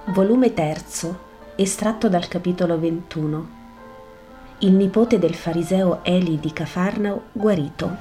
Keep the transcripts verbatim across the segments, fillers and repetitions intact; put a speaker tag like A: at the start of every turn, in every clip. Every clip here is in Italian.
A: Volume terzo, estratto dal capitolo ventuno. Il nipote del fariseo Eli di Cafarnao guarito.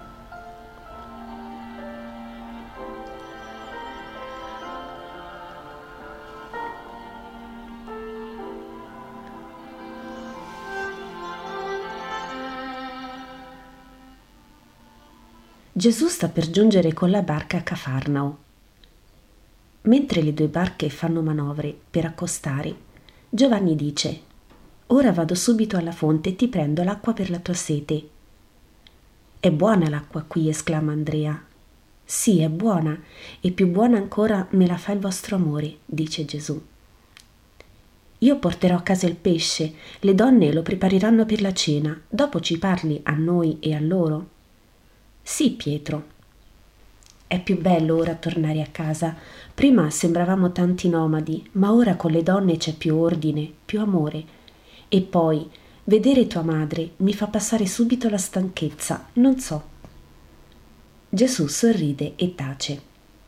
A: Gesù sta per giungere con la barca a Cafarnao. Mentre le due barche fanno manovre per accostare, Giovanni dice: «Ora vado subito alla fonte e ti prendo l'acqua per la tua sete». «È buona l'acqua qui», esclama Andrea. «Sì, è buona, e più buona ancora me la fa il vostro amore», dice Gesù. «Io porterò a casa il pesce, le donne lo prepareranno per la cena, dopo ci parli a noi e a loro». «Sì, Pietro». «È più bello ora tornare a casa. Prima sembravamo tanti nomadi, ma ora con le donne c'è più ordine, più amore. E poi, vedere tua madre mi fa passare subito la stanchezza, non so». Gesù sorride e tace.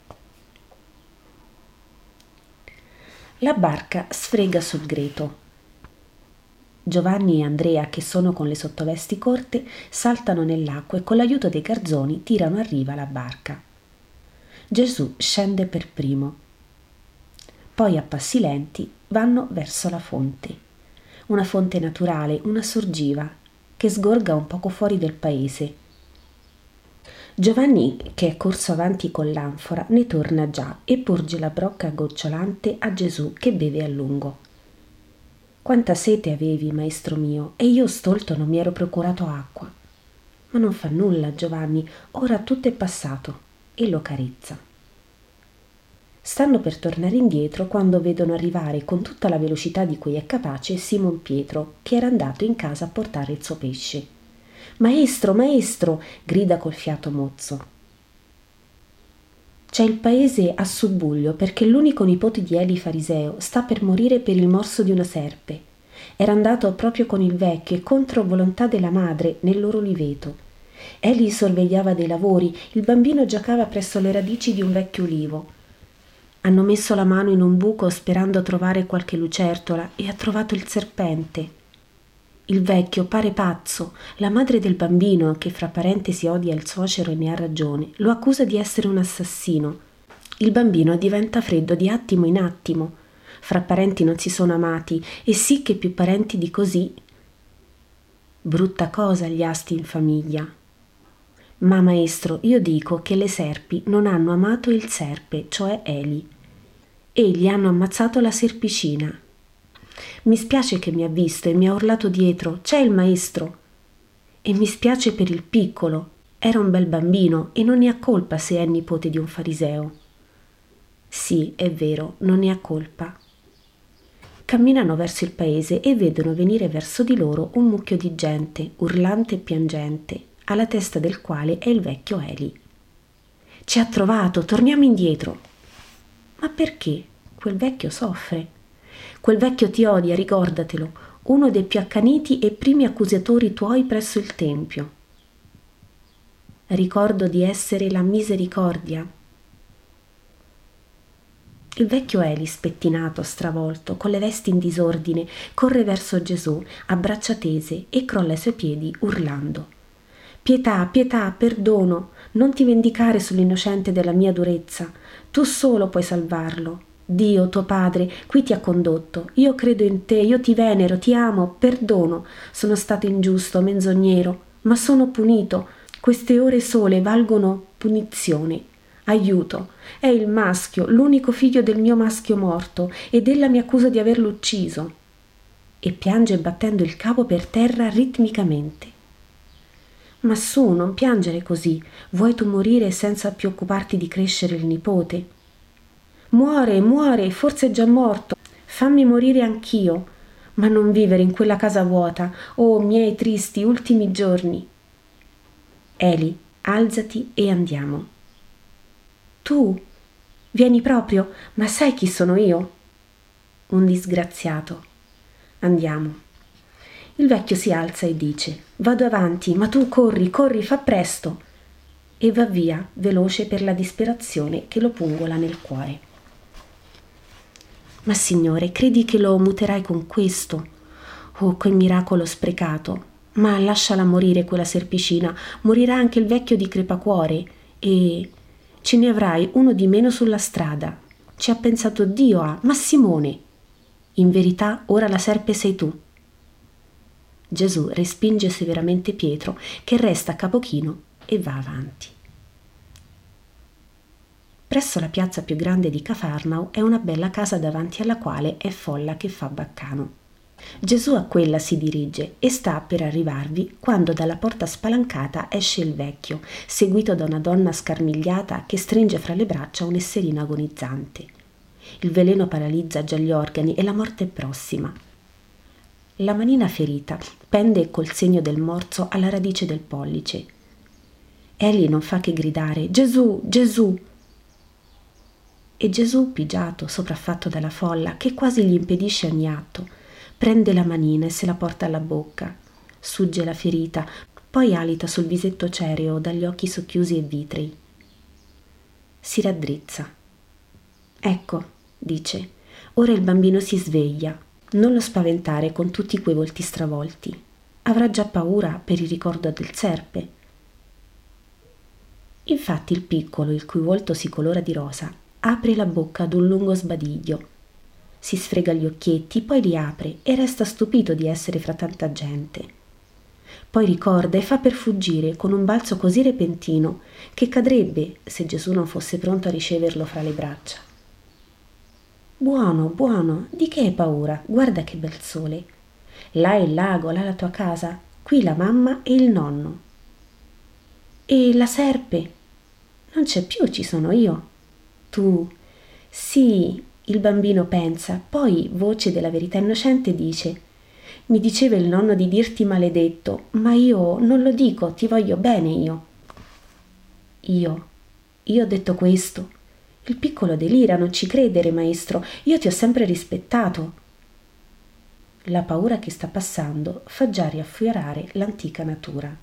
A: La barca sfrega sul greto. Giovanni e Andrea, che sono con le sottovesti corte, saltano nell'acqua e con l'aiuto dei garzoni tirano a riva la barca. Gesù scende per primo. Poi a passi lenti vanno verso la fonte, una fonte naturale, una sorgiva, che sgorga un poco fuori del paese. Giovanni, che è corso avanti con l'anfora, ne torna già e porge la brocca gocciolante a Gesù, che beve a lungo. «Quanta sete avevi, maestro mio, e io stolto non mi ero procurato acqua». «Ma non fa nulla, Giovanni, ora tutto è passato», e lo carezza. Stanno per tornare indietro quando vedono arrivare con tutta la velocità di cui è capace Simon Pietro, che era andato in casa a portare il suo pesce. «Maestro, maestro!» grida col fiato mozzo. C'è il paese a subbuglio perché l'unico nipote di Eli fariseo sta per morire per il morso di una serpe. Era andato proprio con il vecchio e contro volontà della madre nel loro oliveto. Eli sorvegliava dei lavori, il bambino giocava presso le radici di un vecchio ulivo. Hanno messo la mano in un buco sperando a trovare qualche lucertola e ha trovato il serpente. Il vecchio pare pazzo, la madre del bambino, che fra parentesi odia il suocero e ne ha ragione, lo accusa di essere un assassino. Il bambino diventa freddo di attimo in attimo. Fra parenti non si sono amati, e sì che più parenti di così. Brutta cosa gli asti in famiglia. Ma maestro, io dico che le serpi non hanno amato il serpe, cioè Eli, e gli hanno ammazzato la serpicina. Mi spiace che mi ha visto e mi ha urlato dietro: «C'è il maestro!» E mi spiace per il piccolo, era un bel bambino e non ne ha colpa se è nipote di un fariseo. Sì, è vero, non ne ha colpa. Camminano verso il paese e vedono venire verso di loro un mucchio di gente, urlante e piangente, alla testa del quale è il vecchio Eli. «Ci ha trovato, torniamo indietro!» «Ma perché? Quel vecchio soffre. Quel vecchio ti odia, ricordatelo, uno dei più accaniti e primi accusatori tuoi presso il Tempio». «Ricordo di essere la misericordia». Il vecchio Eli, spettinato, stravolto, con le vesti in disordine, corre verso Gesù a braccia tese e crolla ai suoi piedi urlando: «Pietà, pietà, perdono, non ti vendicare sull'innocente della mia durezza, tu solo puoi salvarlo. Dio, tuo padre, qui ti ha condotto, io credo in te, io ti venero, ti amo, perdono, sono stato ingiusto, menzognero, ma sono punito, queste ore sole valgono punizione. Aiuto, è il maschio, l'unico figlio del mio maschio morto, ed ella mi accusa di averlo ucciso». E piange battendo il capo per terra ritmicamente. «Ma su, non piangere così, vuoi tu morire senza più occuparti di crescere il nipote?» «Muore, muore, forse è già morto, fammi morire anch'io, ma non vivere in quella casa vuota, oh miei tristi ultimi giorni». «Eli, alzati e andiamo». «Tu? Vieni proprio? Ma sai chi sono io?» «Un disgraziato. Andiamo». Il vecchio si alza e dice: «Vado avanti, ma tu corri, corri, fa presto». E va via, veloce per la disperazione che lo pungola nel cuore. Ma Signore, credi che lo muterai con questo? Oh, quel miracolo sprecato! Ma lasciala morire quella serpicina, morirà anche il vecchio di Crepacuore e ce ne avrai uno di meno sulla strada. Ci ha pensato Dio a... Ma Simone! In verità ora la serpe sei tu. Gesù respinge severamente Pietro, che resta a capo chino e va avanti. Presso la piazza più grande di Cafarnao è una bella casa davanti alla quale è folla che fa baccano. Gesù a quella si dirige e sta per arrivarvi quando dalla porta spalancata esce il vecchio, seguito da una donna scarmigliata che stringe fra le braccia un esserino agonizzante. Il veleno paralizza già gli organi e la morte è prossima. La manina ferita pende col segno del morso alla radice del pollice. Egli non fa che gridare «Gesù, Gesù!» E Gesù, pigiato, sopraffatto dalla folla, che quasi gli impedisce ogni atto, prende la manina e se la porta alla bocca, sugge la ferita, poi alita sul visetto cereo dagli occhi socchiusi e vitrei. Si raddrizza. «Ecco», dice, «ora il bambino si sveglia. Non lo spaventare con tutti quei volti stravolti. Avrà già paura per il ricordo del serpe». Infatti il piccolo, il cui volto si colora di rosa, apre la bocca ad un lungo sbadiglio. Si sfrega gli occhietti, poi li apre e resta stupito di essere fra tanta gente. Poi ricorda e fa per fuggire con un balzo così repentino che cadrebbe se Gesù non fosse pronto a riceverlo fra le braccia. «Buono, buono, di che hai paura? Guarda che bel sole. Là è il lago, là la tua casa, qui la mamma e il nonno. E la serpe? Non c'è più, ci sono io. Tu, sì». Il bambino pensa, poi, voce della verità innocente, dice: «Mi diceva il nonno di dirti maledetto, ma io non lo dico, ti voglio bene io». Io, io ho detto questo? Il piccolo delira, non ci credere, maestro, io ti ho sempre rispettato. La paura che sta passando fa già riaffiorare l'antica natura.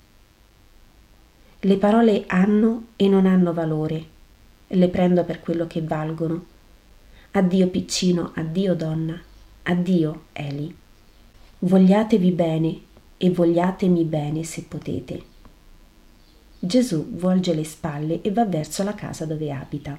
A: Le parole hanno e non hanno valore, le prendo per quello che valgono. Addio piccino, addio donna, addio Eli. Vogliatevi bene e vogliatemi bene se potete. Gesù volge le spalle e va verso la casa dove abita.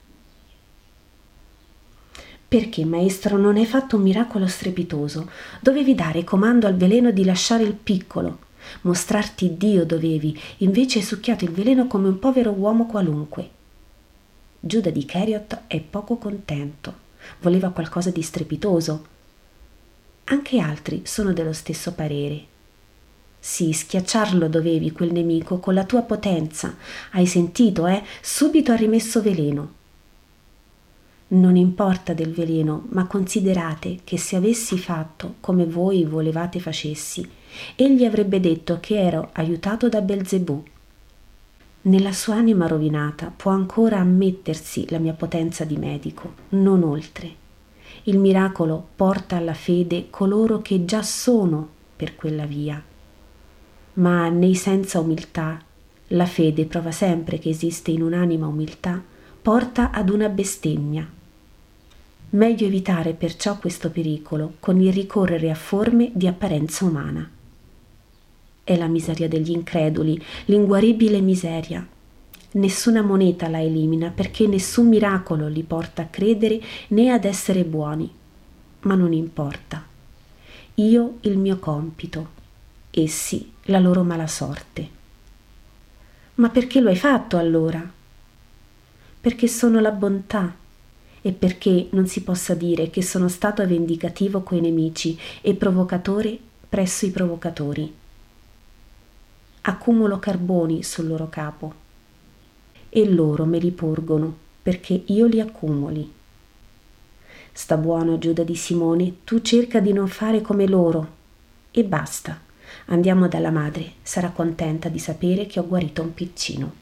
A: Perché, maestro, non hai fatto un miracolo strepitoso? Dovevi dare comando al veleno di lasciare il piccolo. Mostrarti Dio dovevi, invece hai succhiato il veleno come un povero uomo qualunque. Giuda di Cheriot è poco contento, voleva qualcosa di strepitoso. Anche altri sono dello stesso parere. Sì, schiacciarlo dovevi quel nemico con la tua potenza. Hai sentito, eh? Subito ha rimesso veleno. Non importa del veleno, ma considerate che se avessi fatto come voi volevate facessi, egli avrebbe detto che ero aiutato da Belzebù. Nella sua anima rovinata può ancora ammettersi la mia potenza di medico, non oltre. Il miracolo porta alla fede coloro che già sono per quella via. Ma nei senza umiltà, la fede prova sempre che esiste in un'anima umiltà, porta ad una bestemmia. Meglio evitare perciò questo pericolo con il ricorrere a forme di apparenza umana. È la miseria degli increduli, l'inguaribile miseria. Nessuna moneta la elimina perché nessun miracolo li porta a credere né ad essere buoni. Ma non importa. Io il mio compito, essi la loro mala sorte. Ma perché lo hai fatto allora? Perché sono la bontà e perché non si possa dire che sono stato vendicativo coi nemici e provocatore presso i provocatori. Accumulo carboni sul loro capo e loro me li porgono perché io li accumuli. Sta buono, Giuda di Simone, tu cerca di non fare come loro e basta. Andiamo dalla madre, sarà contenta di sapere che ho guarito un piccino.